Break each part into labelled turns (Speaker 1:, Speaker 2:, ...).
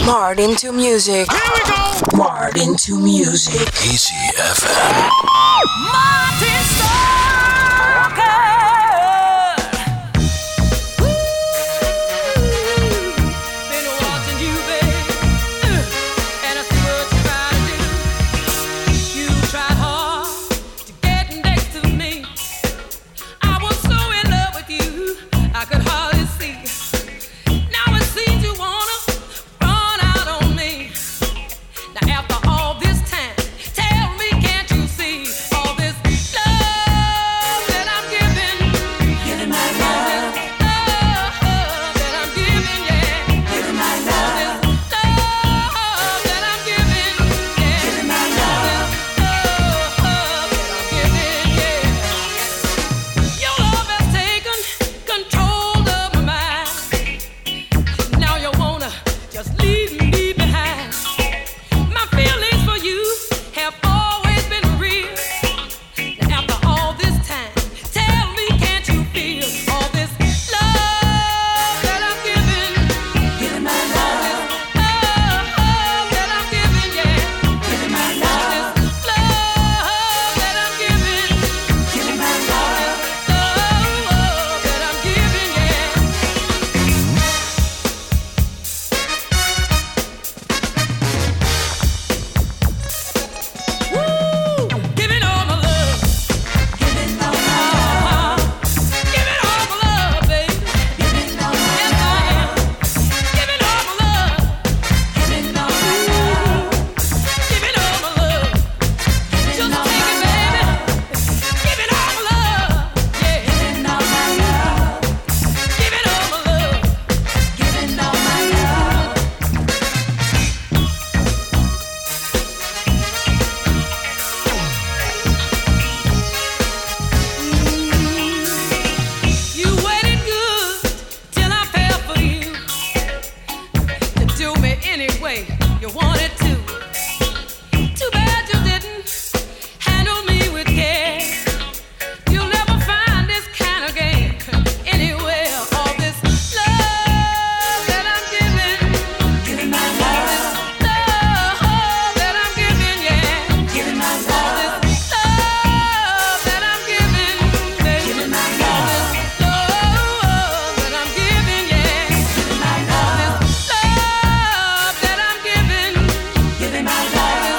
Speaker 1: Martin to music.
Speaker 2: Here we go.
Speaker 1: Martin to music.
Speaker 3: Easy FM.
Speaker 4: Martin Stalker. Been watching you, babe, and I see what you try to do. You tried hard to get next to me. I was so in love with you, I could hardly see. Now it seems you wanna run out on me. Now after all this time, tell me, can't you see all this love that I'm giving? Giving my love. Love that I'm giving, yeah. Giving my love. Love that I'm giving, yeah. Giving my love. Love that I'm giving, yeah. Your love has taken control of my mind. Now you wanna just leave me behind. My feelings for you have always been real. Now after all this time, tell me, can't you feel all this love that I'm giving? Giving my love. Love that I'm giving, yeah. Giving my love. Love that I'm giving. Giving my love. Love that I'm giving, yeah. Woo! Giving all my love. Giving all my love. Giving all my love, baby. Giving all my love. Yes, I am. Giving all my love. Giving all my love. Giving all my love. Just take it, baby. Giving all my love. Yeah. Giving all my love. Giving all my love. Giving all my love. You waited good till I fell for you. To do me any way you wanted to. Too bad you didn't handle me with care. You'll never find this kind of game anywhere. All this love that I'm giving. Giving my love. Love that I'm giving, yeah. Giving my love. Love that I'm giving, baby. Giving my love. Love that I'm giving, yeah. Giving my love. Love that I'm giving. Giving my love.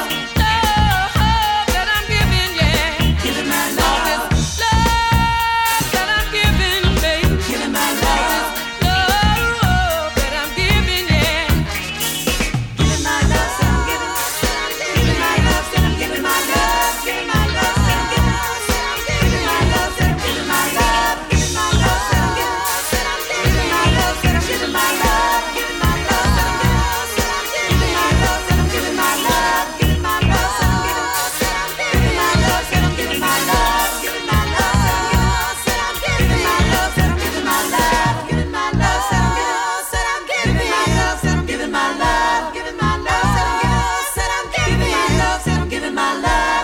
Speaker 4: Love that I'm giving, yeah. Giving my love. Love that I'm giving, baby. Giving my love. Love that I'm giving, yeah. Giving my love, said I'm giving. Giving my love, said I'm giving my love. Giving my love, said I'm giving. Giving my love, said I'm giving my love. Giving my love, said I'm giving. Giving my love, said I'm giving my love. Giving my love, said I'm giving. Giving my love, said I'm giving my love. Giving my love, said I'm giving. Giving my love, said I'm giving my love. Giving my love, said I'm giving. Giving my love, said I'm giving my love. Giving my love, said I'm giving. Giving my love, said I'm giving my love. Giving my love, said I'm giving. Giving my love, said I'm giving my love.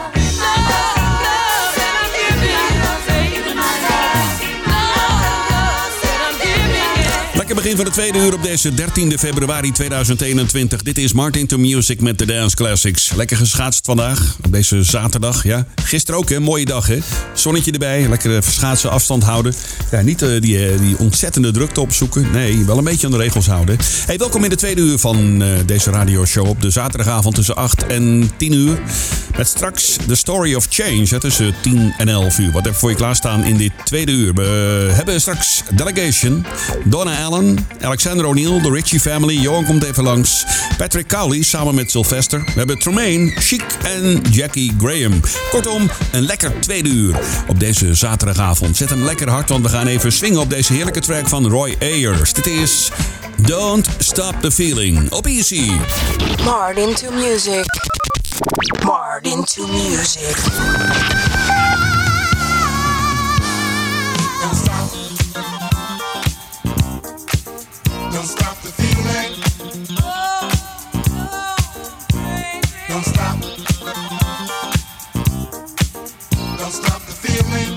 Speaker 4: Love that I'm giving. Giving my love. Love that I'm giving.
Speaker 5: Lekker begin van de tweede uur op deze 13e februari 2021. Dit is Martin to Music met de Dance Classics. Lekker geschaatst vandaag, op deze zaterdag. Ja. Gisteren ook, hè? Mooie dag, hè? Zonnetje erbij, lekker verschaatsen, afstand houden. Ja, niet die ontzettende drukte opzoeken. Nee, wel een beetje aan de regels houden. Hey, welkom in de tweede uur van deze radioshow op de zaterdagavond tussen 8 en 10 uur. Met straks The Story of Change, hè, tussen 10 en 11 uur. Wat heb ik voor je klaarstaan in dit tweede uur? We hebben straks Delegation, Donna Allen, Alexander O'Neal, The Ritchie Family. Johan komt even langs. Patrick Cowley samen met Sylvester. We hebben Tremaine, Chic en Jackie Graham. Kortom, een lekker tweede uur op deze zaterdagavond. Zet hem lekker hard, want we gaan even swingen op deze heerlijke track van Roy Ayers. Dit is Don't Stop the Feeling op Easy.
Speaker 1: Martin to music. Martin to music.
Speaker 6: Don't stop. Don't stop the feeling. Don't stop. Don't stop the feeling.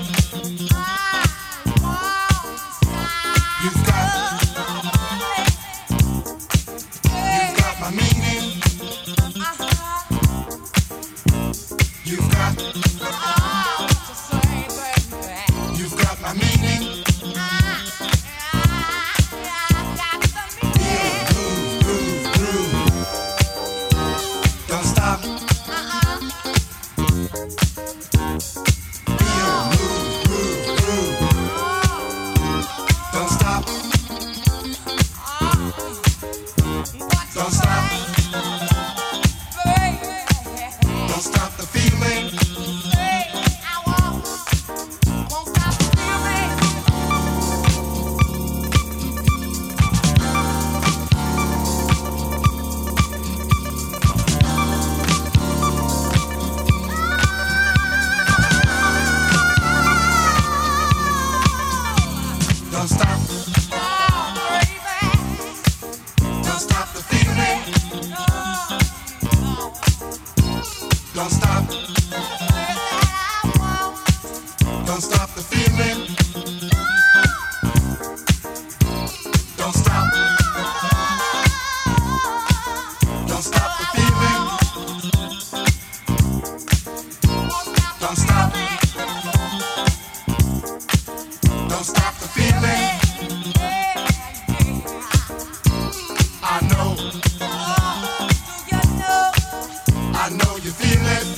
Speaker 6: You've got my Don't stop. Don't stop the feeling. Don't stop. Don't stop the feeling. Don't stop. Don't stop the feeling. Don't stop. Don't stop the feeling. Don't stop. Don't stop the feeling. I know you feel it.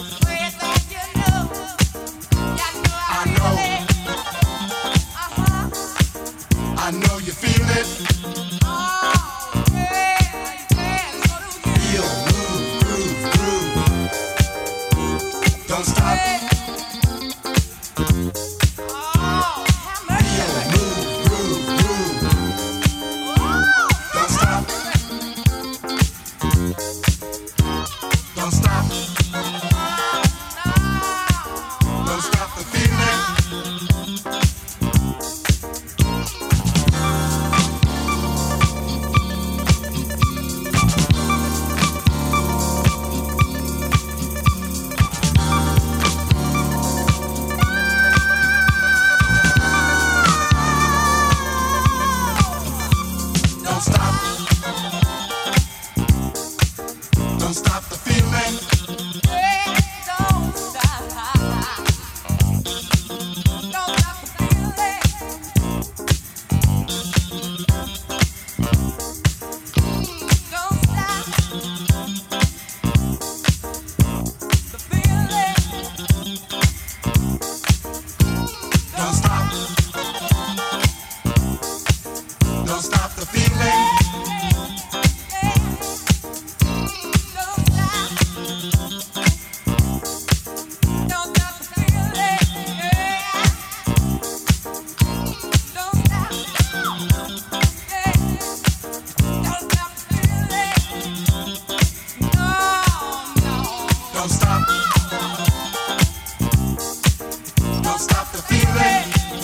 Speaker 6: I know you feel it. Feel, move, groove, groove. Don't stop. Feel, move, groove, groove. Don't stop. Don't stop. Don't stop the feeling. Don't stop. Don't stop the feeling. Don't stop. Don't stop the feeling. Don't stop. Don't stop the feeling.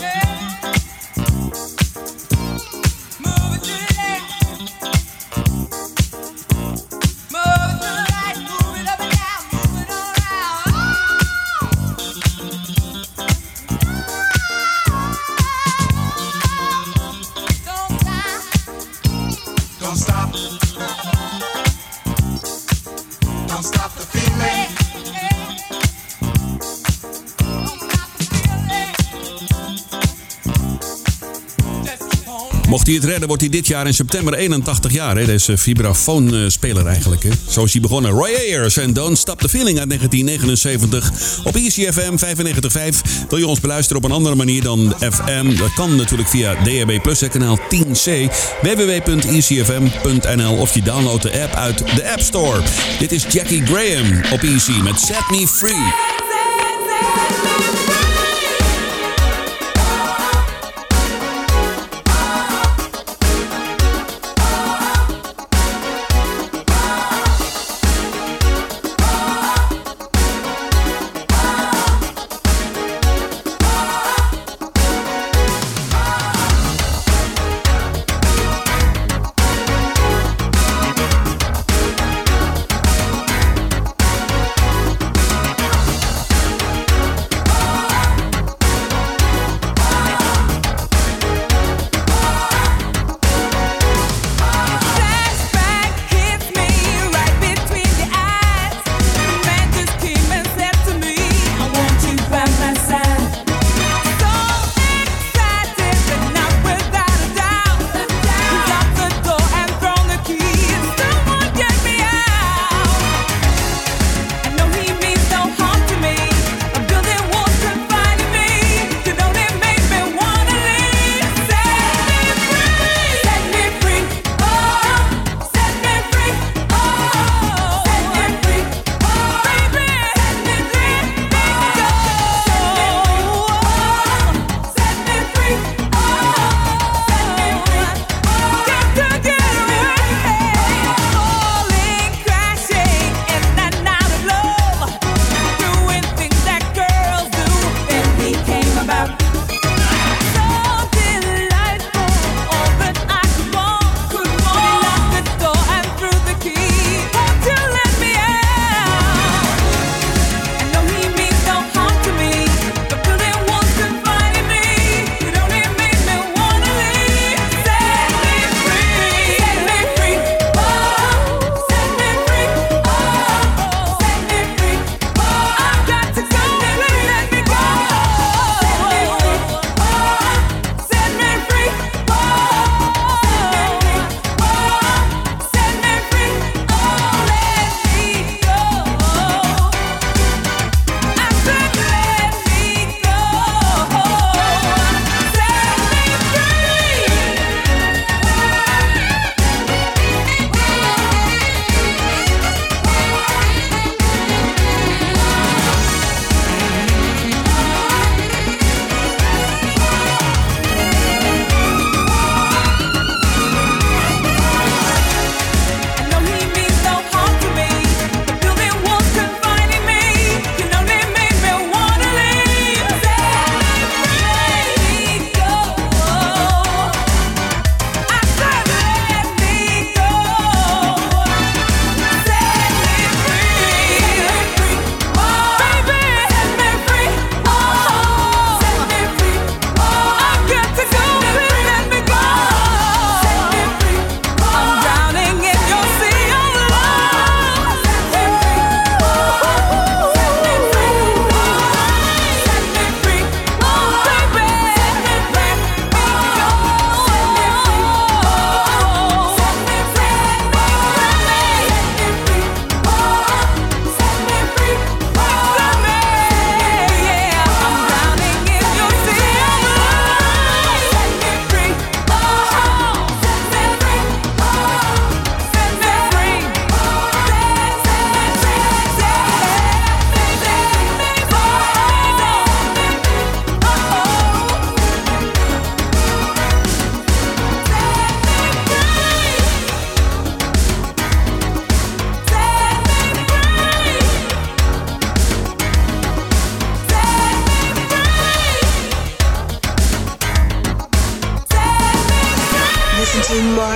Speaker 6: Don't stop. Don't stop the feeling.
Speaker 5: Mocht hij het redden, wordt hij dit jaar in september 81 jaar. Hè? Deze vibrafoonspeler eigenlijk. Hè? Zo is hij begonnen. Roy Ayers en Don't Stop the Feeling uit 1979 op Easy FM 95.5. Wil je ons beluisteren op een andere manier dan FM? Dat kan natuurlijk via DHB Plus, kanaal 10C. www.easyfm.nl of je downloadt de app uit de App Store. Dit is Jackie Graham op Easy met Set Me Free.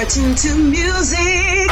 Speaker 2: Martin to music.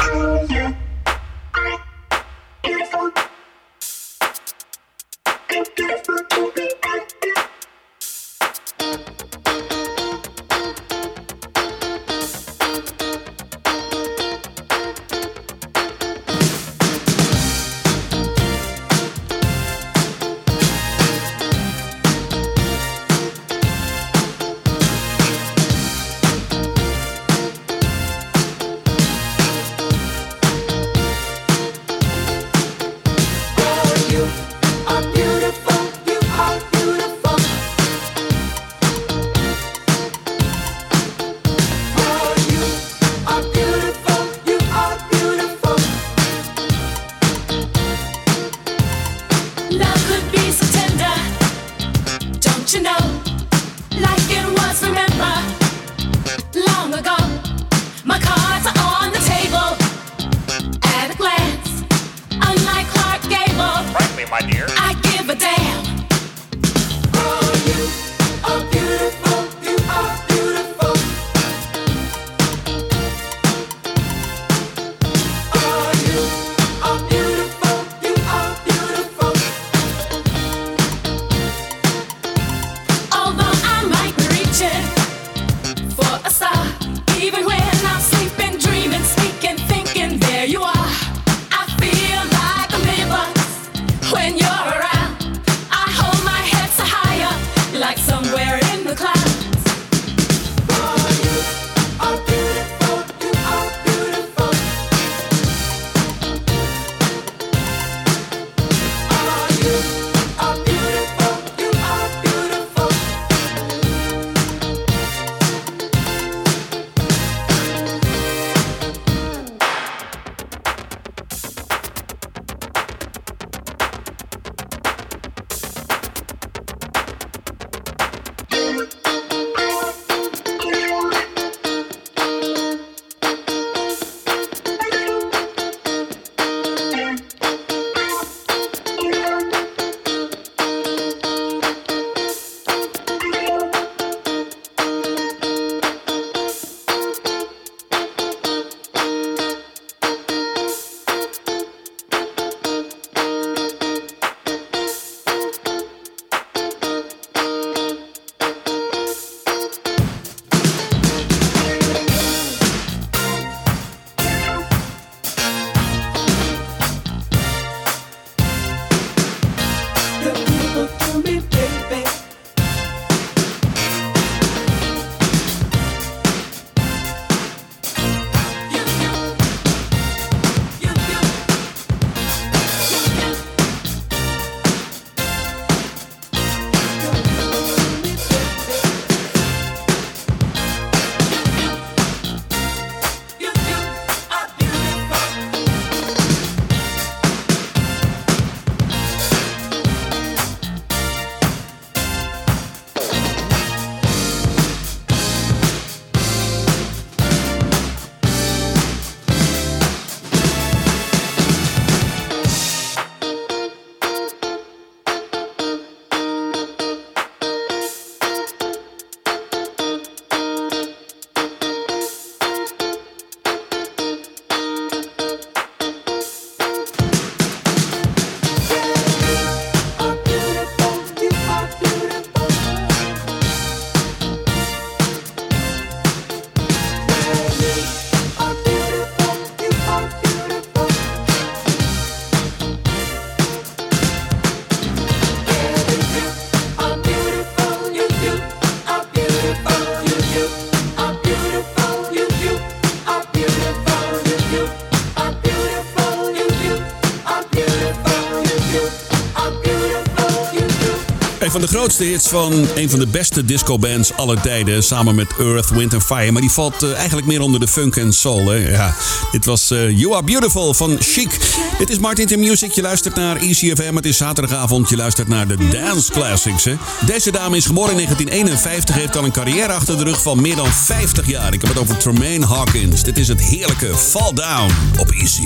Speaker 5: Een van de grootste hits van een van de beste discobands aller tijden. Samen met Earth, Wind & Fire. Maar die valt eigenlijk meer onder de funk en soul. Hè? Ja, dit was You Are Beautiful van Chic. Dit is Martin to Music. Je luistert naar Easy FM. Het is zaterdagavond. Je luistert naar de Dance Classics. Hè? Deze dame is geboren in 1951. Heeft al een carrière achter de rug van meer dan 50 jaar. Ik heb het over Tremaine Hawkins. Dit is het heerlijke Fall Down op Easy.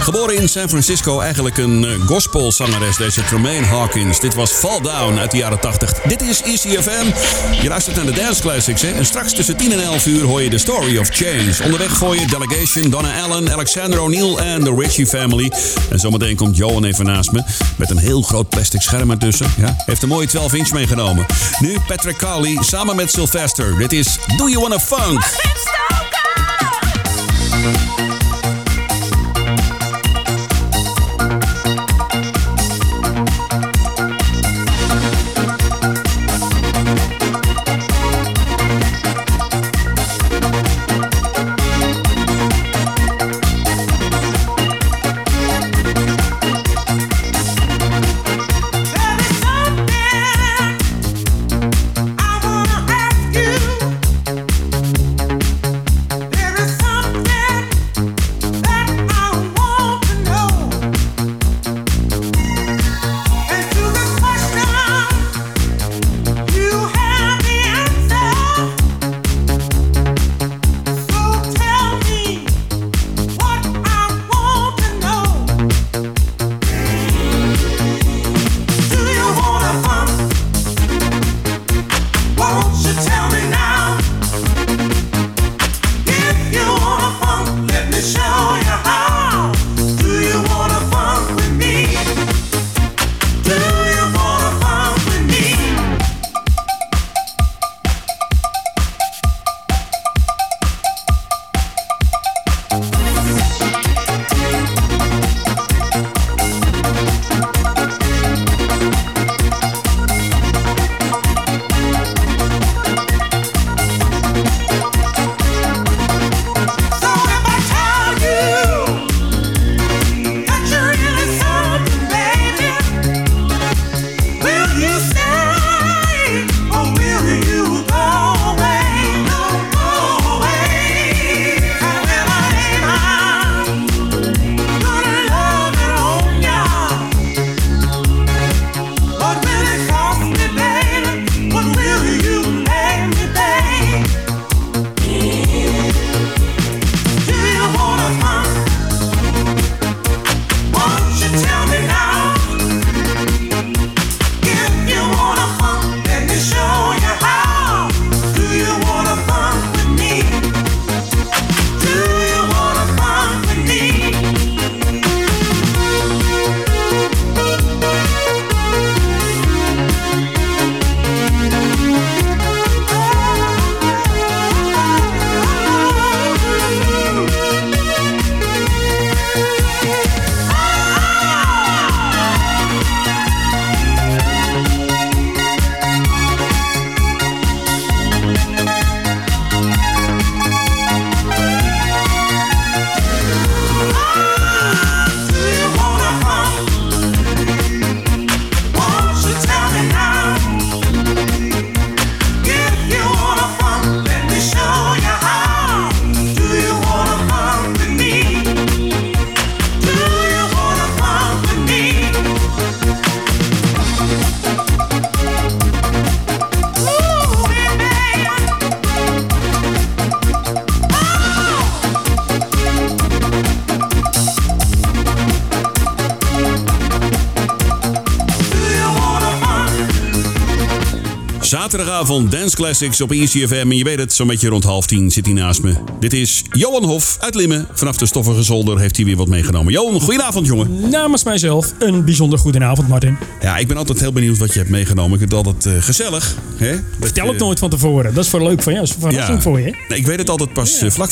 Speaker 5: Geboren in San Francisco, eigenlijk een gospelzangeres, deze Tremaine Hawkins. Dit was Fall Down uit de jaren 80. Dit is ECFM. Je luistert naar de Dance Classics, hè? En straks tussen 10 en 11 uur hoor je The Story of Change. Onderweg voor je Delegation, Donna Allen, Alexander O'Neal en The Ritchie Family. En zometeen komt Johan even naast me met een heel groot plastic scherm ertussen. Ja? Heeft een mooie 12-inch meegenomen. Nu Patrick Carley samen met Sylvester. Dit is Do You Wanna Funk? Zaterdagavond Dance Classics op ECFM. En je weet het, zo'n beetje rond 9:30 zit hij naast me. Dit is Johan Hof uit Limmen. Vanaf de stoffige zolder heeft hij weer wat meegenomen. Johan, goedenavond jongen.
Speaker 3: Namens mijzelf een bijzonder goedenavond, Martin.
Speaker 5: Ja, ik ben altijd heel benieuwd wat je hebt meegenomen. Ik vind het altijd gezellig. Hè?
Speaker 3: Vertel het nooit van tevoren. Dat is voor leuk van jou. Dat is een verrassing voor je. Hè?
Speaker 5: Nee, ik weet het altijd pas vlak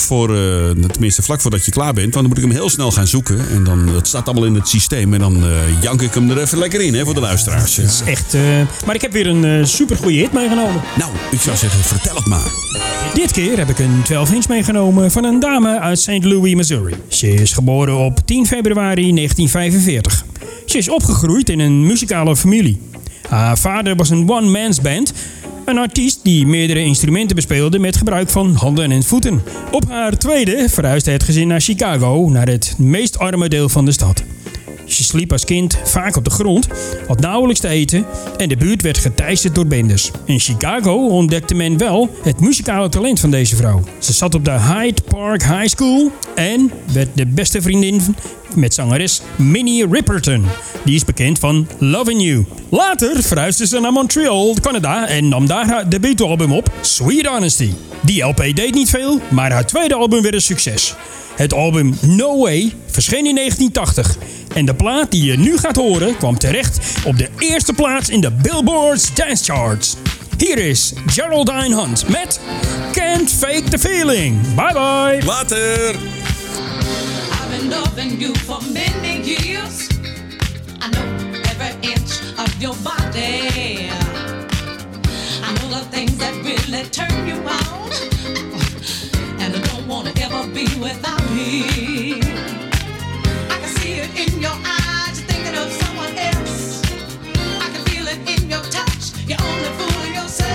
Speaker 5: voordat je klaar bent. Want dan moet ik hem heel snel gaan zoeken. En dan, dat staat allemaal in het systeem. En dan jank ik hem er even lekker in, hè, voor de luisteraars.
Speaker 3: Dat is echt... Maar ik heb weer een supergoeie hit meegenomen.
Speaker 5: Nou, ik zou zeggen, vertel het maar.
Speaker 3: Dit keer heb ik een 12-inch meegenomen van een dame uit St. Louis, Missouri. Ze is geboren op 10 februari 1945. Ze is opgegroeid in een muzikale familie. Haar vader was een one-man's band. Een artiest die meerdere instrumenten bespeelde met gebruik van handen en voeten. Op haar tweede verhuisde het gezin naar Chicago, naar het meest arme deel van de stad. Ze sliep als kind vaak op de grond, had nauwelijks te eten en de buurt werd geteisterd door bendes. In Chicago ontdekte men wel het muzikale talent van deze vrouw. Ze zat op de Hyde Park High School en werd de beste vriendin met zangeres Minnie Riperton. Die is bekend van Lovin' You. Later verhuisde ze naar Montreal, Canada en nam daar haar debuutalbum op, Sweet Honesty. Die LP deed niet veel, maar haar tweede album werd een succes. Het album No Way verscheen in 1980 en de plaat die je nu gaat horen kwam terecht op de eerste plaats in de Billboard's Dance Charts. Hier is Geraldine Hunt met Can't Fake the Feeling. Bye bye.
Speaker 5: Later.
Speaker 4: I've been loving you for many years. I know every inch of your body. I know the things that really turn you on. And I don't wanna ever be without you. I can see it in your eyes, you're thinking of someone else. I can feel it in your touch, you're only fooling yourself.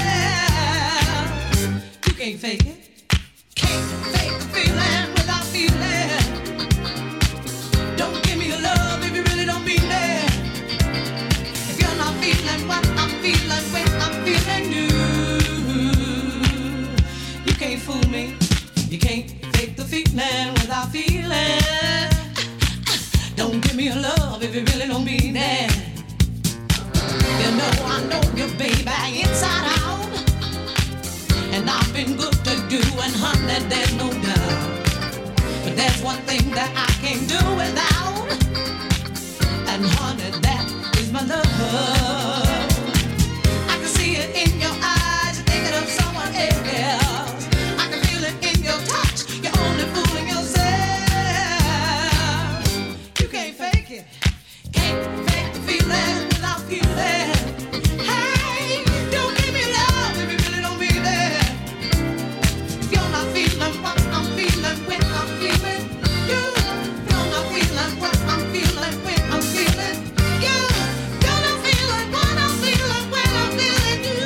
Speaker 4: You can't fake it. Can't fake the feeling without feeling. Don't give me your love if you really don't mean it. If you're not feeling what I'm feeling when I'm feeling you, you can't fool me. You can't fake the feeling without feeling. Don't give me your love if you really don't mean it. You know I know you, baby, inside out. And I've been good to you, and honey, there's no doubt. But there's one thing that I can't do without, and honey, that is my love. I can see it in your eyes, you're thinking of someone else. I can feel it in your touch, you're only fooling yourself. You can't fake it, can't fake the feeling without feeling. Hey, don't give me love if you really don't mean it. If you're not feeling what I'm feeling when I'm feeling you, if you're not feeling what I'm feeling when I'm feeling you, you're not feeling what I'm feeling when I'm feeling you.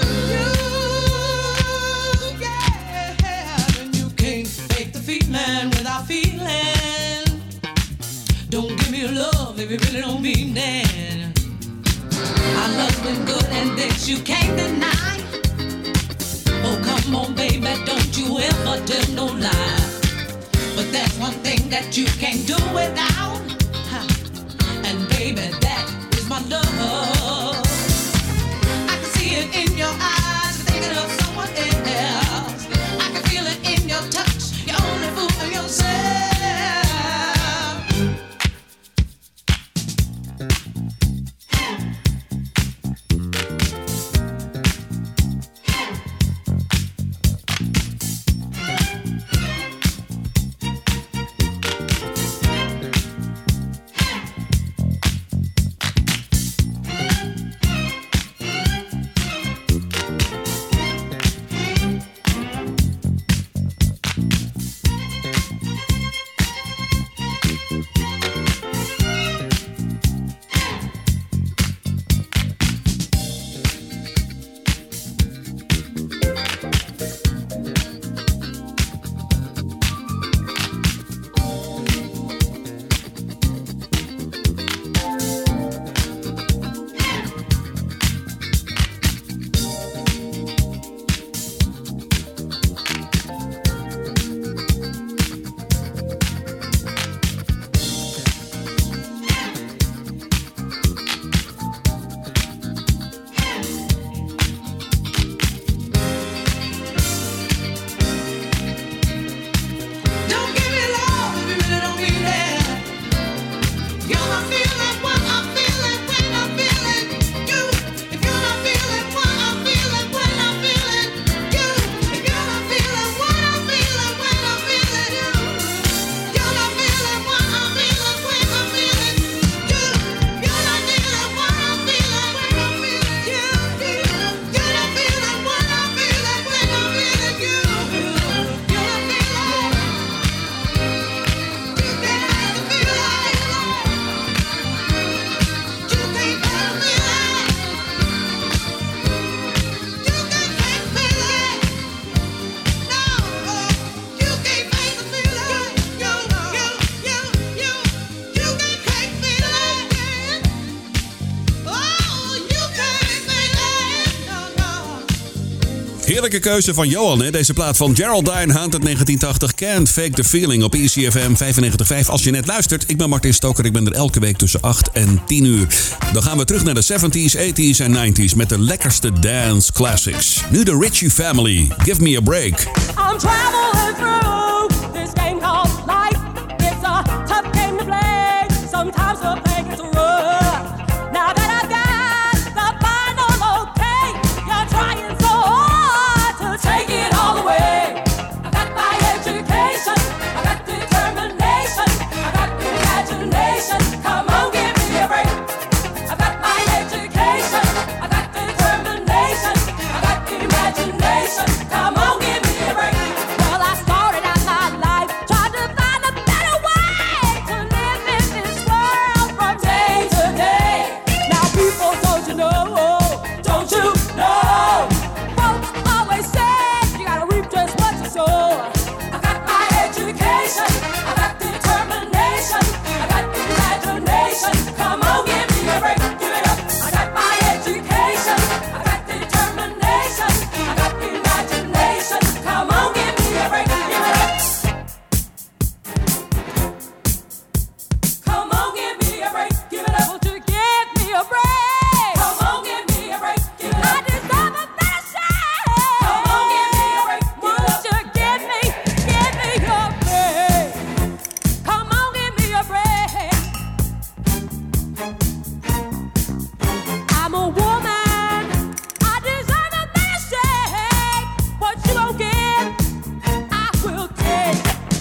Speaker 4: Yeah, and you can't fake the feeling without feeling. Don't give me your love if you really don't mean it. Our love's been good and this you can't deny. Oh, come on, baby, don't you ever tell no lie. But that's one thing that you can't do without. And baby, that is my love. I can see it in your eyes, you're thinking of someone else. I can feel it in your touch, you're only fooling yourself.
Speaker 5: Heerlijke keuze van Johan, hè? Deze plaat van Geraldine Hunt uit 1980. Can't Fake the Feeling op ECFM 95.5. Als je net luistert, ik ben Martin Stoker. Ik ben er elke week tussen 8 en 10 uur. Dan gaan we terug naar de 70s, 80s en 90s met de lekkerste dance classics. Nu de Ritchie Family. Give me a break.
Speaker 4: I'm traveling through this game called life. It's a tough game to play. Sometimes the play gets rough. Now that I've got the final okay, you're trying so hard to take it all away. I got my education, I got determination, I got imagination. Come on, give me a break. I got my education, I got determination, I got imagination. Come on, give me a break. Well, I started out my life trying to find a better way to live in this world from day to day. Now, people, don't you know? Don't you know? Folks always say you gotta reap just what you sow. I got my education, I got determination, I got imagination. Come on, give me a break, give it up. I got my education, I got determination, I got imagination. Come on, give me a break, give it up. Come on, give me a break, give it up. Won't you give me a break? Come on, give me a break, give it up. I deserve a better shot. Come on, give me a break, give it up. Won't you give me a break? Come on, give me a break. I'm a woman, I deserve a better shake. What you gon' give, I will take.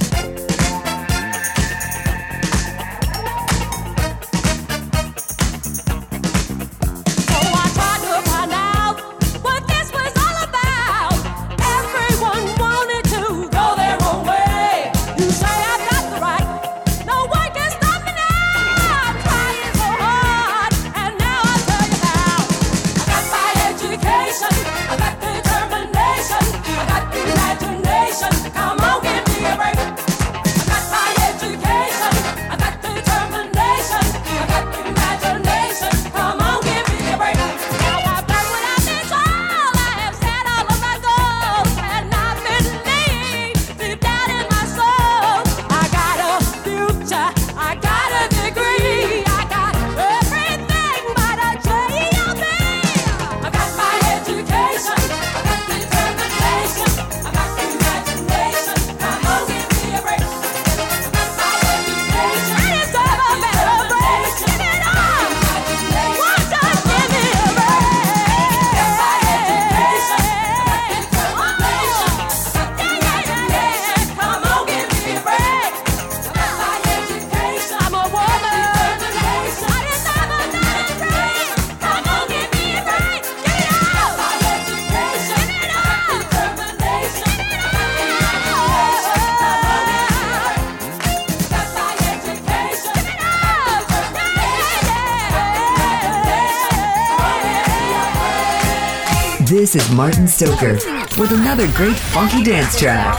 Speaker 4: So I tried to find out what this was all about. Everyone wanted to go their own way. You say I've got the right, no one can stop me now. I'm trying so hard, and now I'll tell you how. I got my education, I got determination, I got imagination. Come on, give me a break. I got my education, I got determination, I got imagination. Come on, give me a break. Now I've done what I've been told. I have set all of my goals, and I believe deep down in my soul. I got a future, I got a degree, I got everything but a J.O.B. I got my education, I got determination, I got imagination. Come on, give me a break. I got my education, I deserve a better break. Give it on. Won't you give me a break? I got my education, I got determination, I got imagination. Come on, give me a break. I got my education, I'm a woman. Determination, I deserve a better break. Come on, give me a break. Give it on. My education, give it on. Determination, give it on. Come on, give me a break. Got my education, give it on. Determination.
Speaker 7: This is Martin Stoker with another great funky dance track.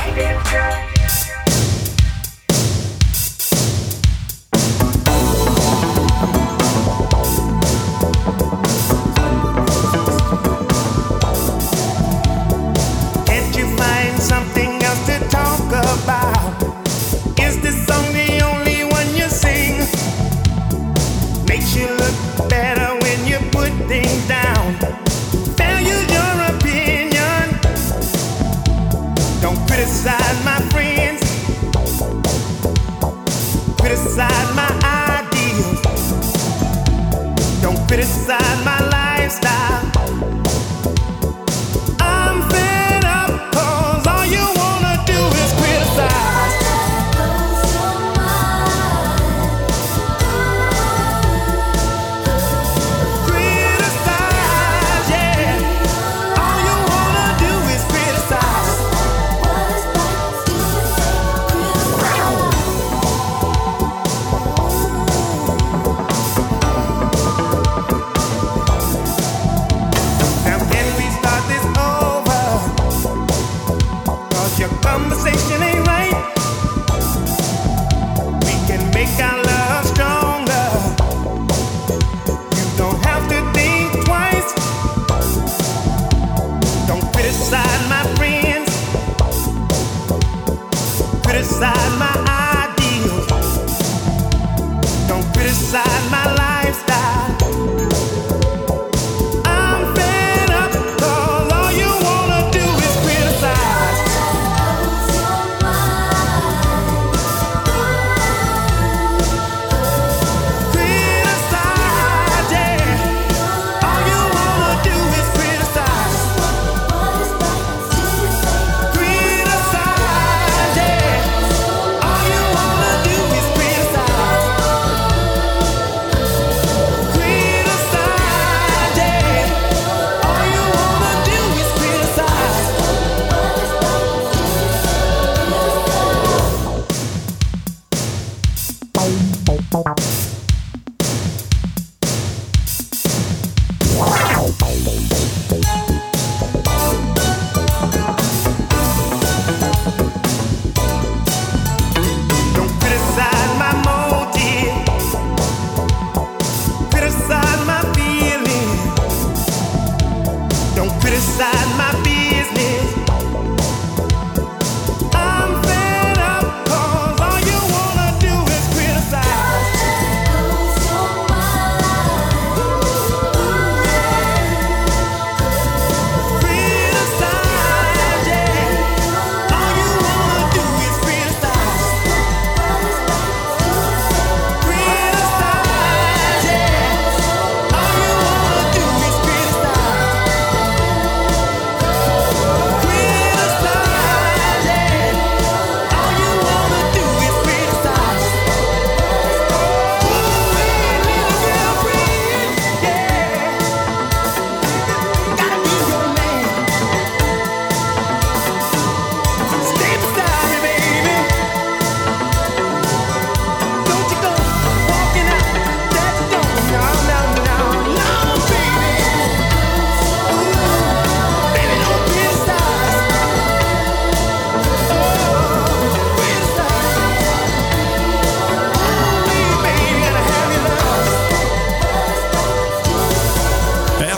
Speaker 8: Can't you find something else to talk about? Is this song the only one you sing? Makes you look better when you put things down. Value your opinion. Don't criticize my friends. Criticize my ideals. Don't criticize my lifestyle. I'm fed up 'cause all you wanna do is criticize. Criticize, yeah. All you wanna do is criticize.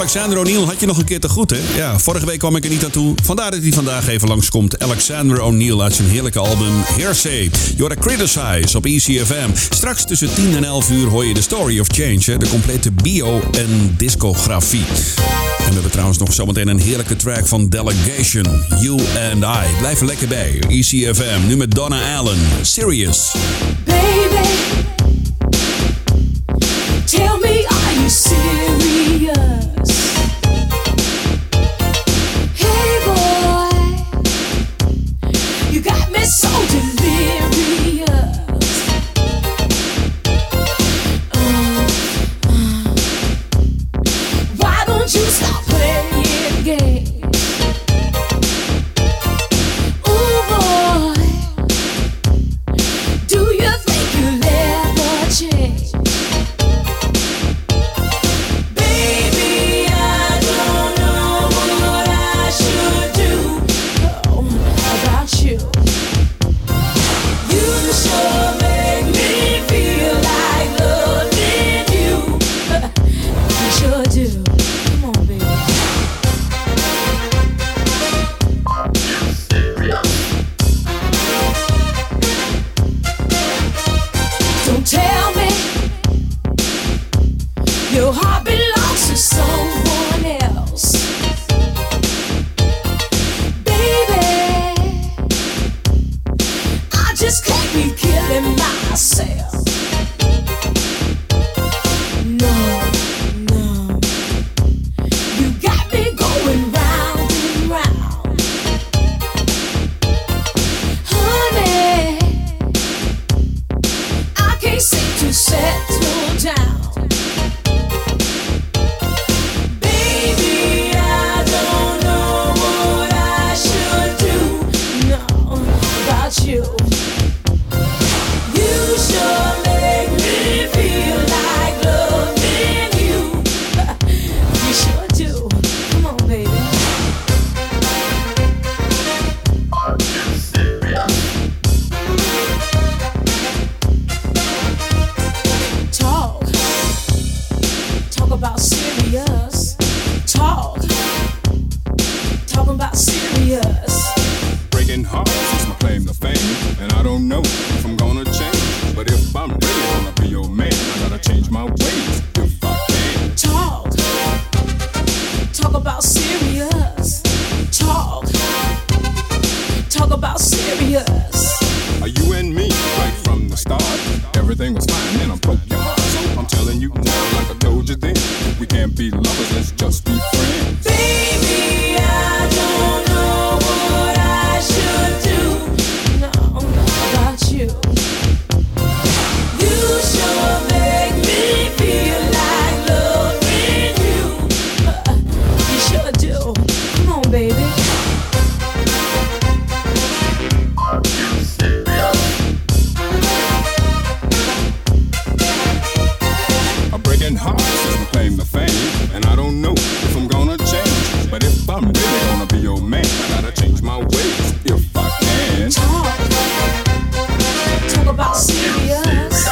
Speaker 5: Alexander O'Neal had je nog een keer te goed, hè? Ja, vorige week kwam ik er niet aan toe. Vandaar dat hij vandaag even langskomt. Alexander O'Neal uit zijn heerlijke album Hearsay. You're Criticize op ECFM. Straks tussen 10 en 11 uur hoor je The Story of Change, hè? De complete bio en discografie. En we hebben trouwens nog zometeen een heerlijke track van Delegation. You and I. Blijf er lekker bij. ECFM. Nu met Donna Allen. Serious.
Speaker 4: Baby, tell me, are you serious? Hey boy, you got me so delirious. Why don't you stop playing games? Ooh boy, do you think you'll ever change? Baby, I don't know what I should do about you. You sure make me feel like loving you. You sure do. Come on, baby. Don't tell me your heart belongs to someone else. Baby, I just can't be killing myself. No, no, you got me going round and round. Honey, I can't seem to settle down. Baby, I don't know what I should do, no, about you. You sure make me feel like loving you. You sure do. Come on, baby. Talk about serious. Talking about serious.
Speaker 9: Breaking hearts is my claim to fame, and I don't know if I'm gonna change. But if I'm really gonna be your man, I gotta change my ways if I can.
Speaker 4: Talk about serious. Talk about serious.
Speaker 9: Are you and me right from the start? Everything was fine, and I broke your heart. So I'm telling you now, like I told you then, we can't be lovers, let's just be friends.
Speaker 4: Baby, I don't know what I should do, no, about you. You sure make me feel like loving you. You sure do. Come on, baby.
Speaker 9: A breaking hearts is my claim to fame, and I don't know if I'm gonna change. But if I'm really gonna be your man, I gotta change my ways if I can.
Speaker 4: Talk about serious.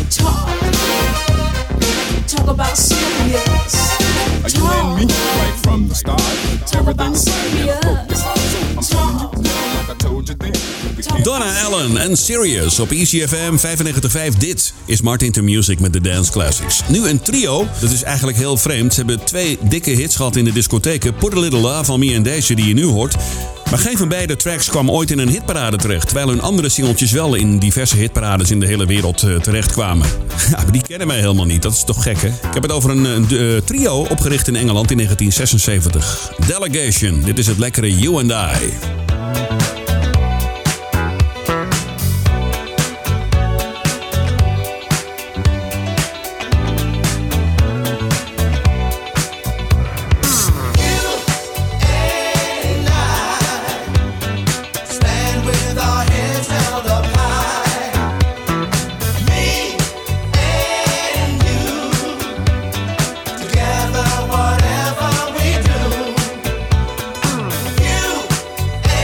Speaker 4: Talk about serious.
Speaker 9: Are you and me right from the start? Everything was fine, and I broke your heart. So I'm telling you now, like I told you then, we can't.
Speaker 5: Donna Allen en Serious op ECFM 95.5. Dit is Martin to Music met de Dance Classics. Nu een trio, dat is eigenlijk heel vreemd. Ze hebben 2 dikke hits gehad in de discotheken. Put a Little Love van Me and deze die je nu hoort. Maar geen van beide tracks kwam ooit in een hitparade terecht. Terwijl hun andere singeltjes wel in diverse hitparades in de hele wereld terecht kwamen. Ja, maar die kennen mij helemaal niet. Dat is toch gek, hè? Ik heb het over een trio opgericht in Engeland in 1976. Delegation. Dit is het lekkere You and I.
Speaker 6: Together, whatever we do, you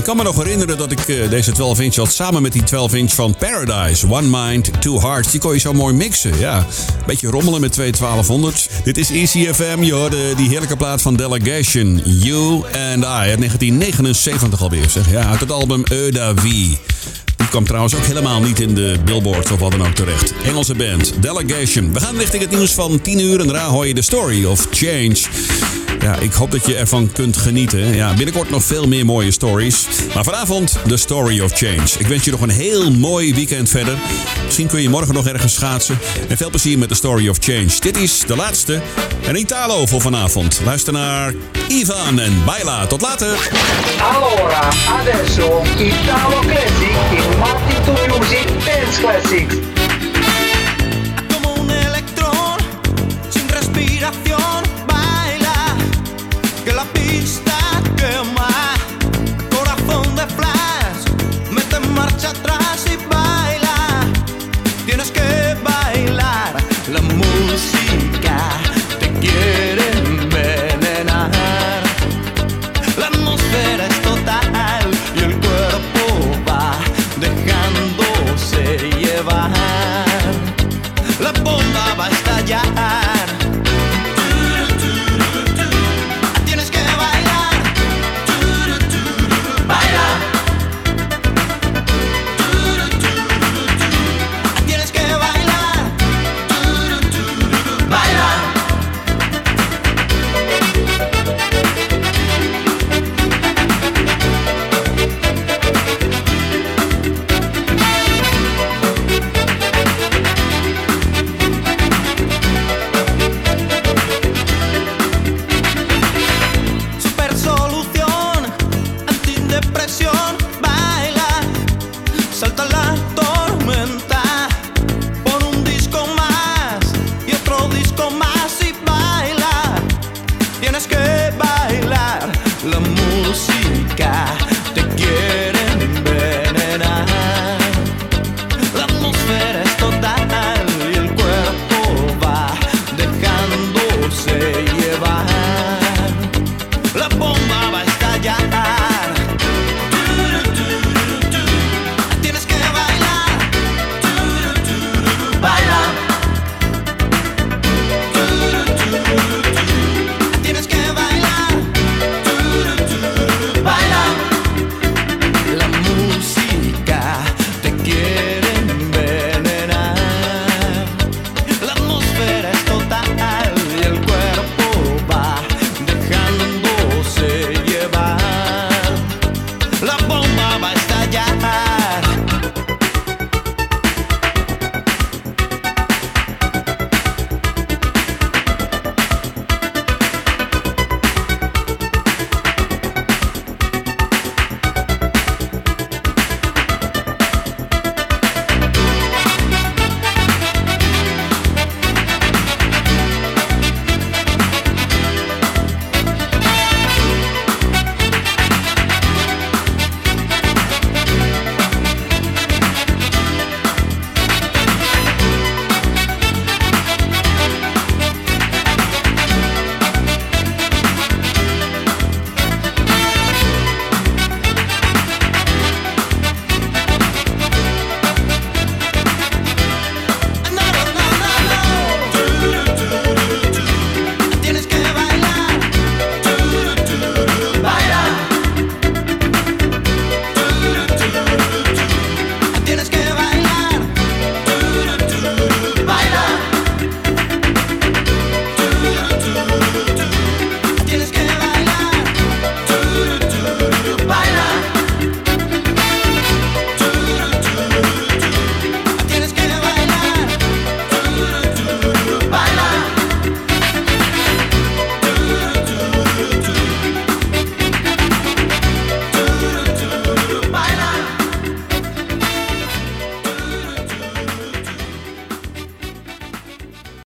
Speaker 5: kan me nog herinneren dat ik deze 12-inch had samen met die 12-inch van Paradise. One Mind, Two Hearts. Die kon je zo mooi mixen. Ja, een beetje rommelen met 2 1200's. Dit is ECFM, je hoorde die heerlijke plaat van Delegation. You and I. Uit 1979 alweer, zeg. Ja, uit het album Euda V. Die kwam trouwens ook helemaal niet in de Billboard of wat dan ook terecht. Engelse band, Delegation. We gaan richting het nieuws van 10 uur en daarna hoor je The Story of Change. Ja, ik hoop dat je ervan kunt genieten. Ja, binnenkort nog veel meer mooie stories. Maar vanavond The Story of Change. Ik wens je nog een heel mooi weekend verder. Misschien kun je morgen nog ergens schaatsen. En veel plezier met The Story of Change. Dit is de laatste en Italo voor vanavond. Luister naar Ivan en Baila. Tot later.
Speaker 10: Allora, adesso Italo Classic in Martin to Music Dance Classics.
Speaker 8: Como un electrón sin respiración, baila, que la pista quema, corazón de flash, mete en marcha atrás y baila, tienes que bailar, la música te quiere envenenar, la atmósfera es total y el cuerpo va dejándose llevar. La bomba va a estallar. Tienes que bailar. Baila. Tienes que bailar. Baila. Super solución, antidepresión, baila, salta la tormenta, pon un disco más y otro disco más y baila, tienes que bailar.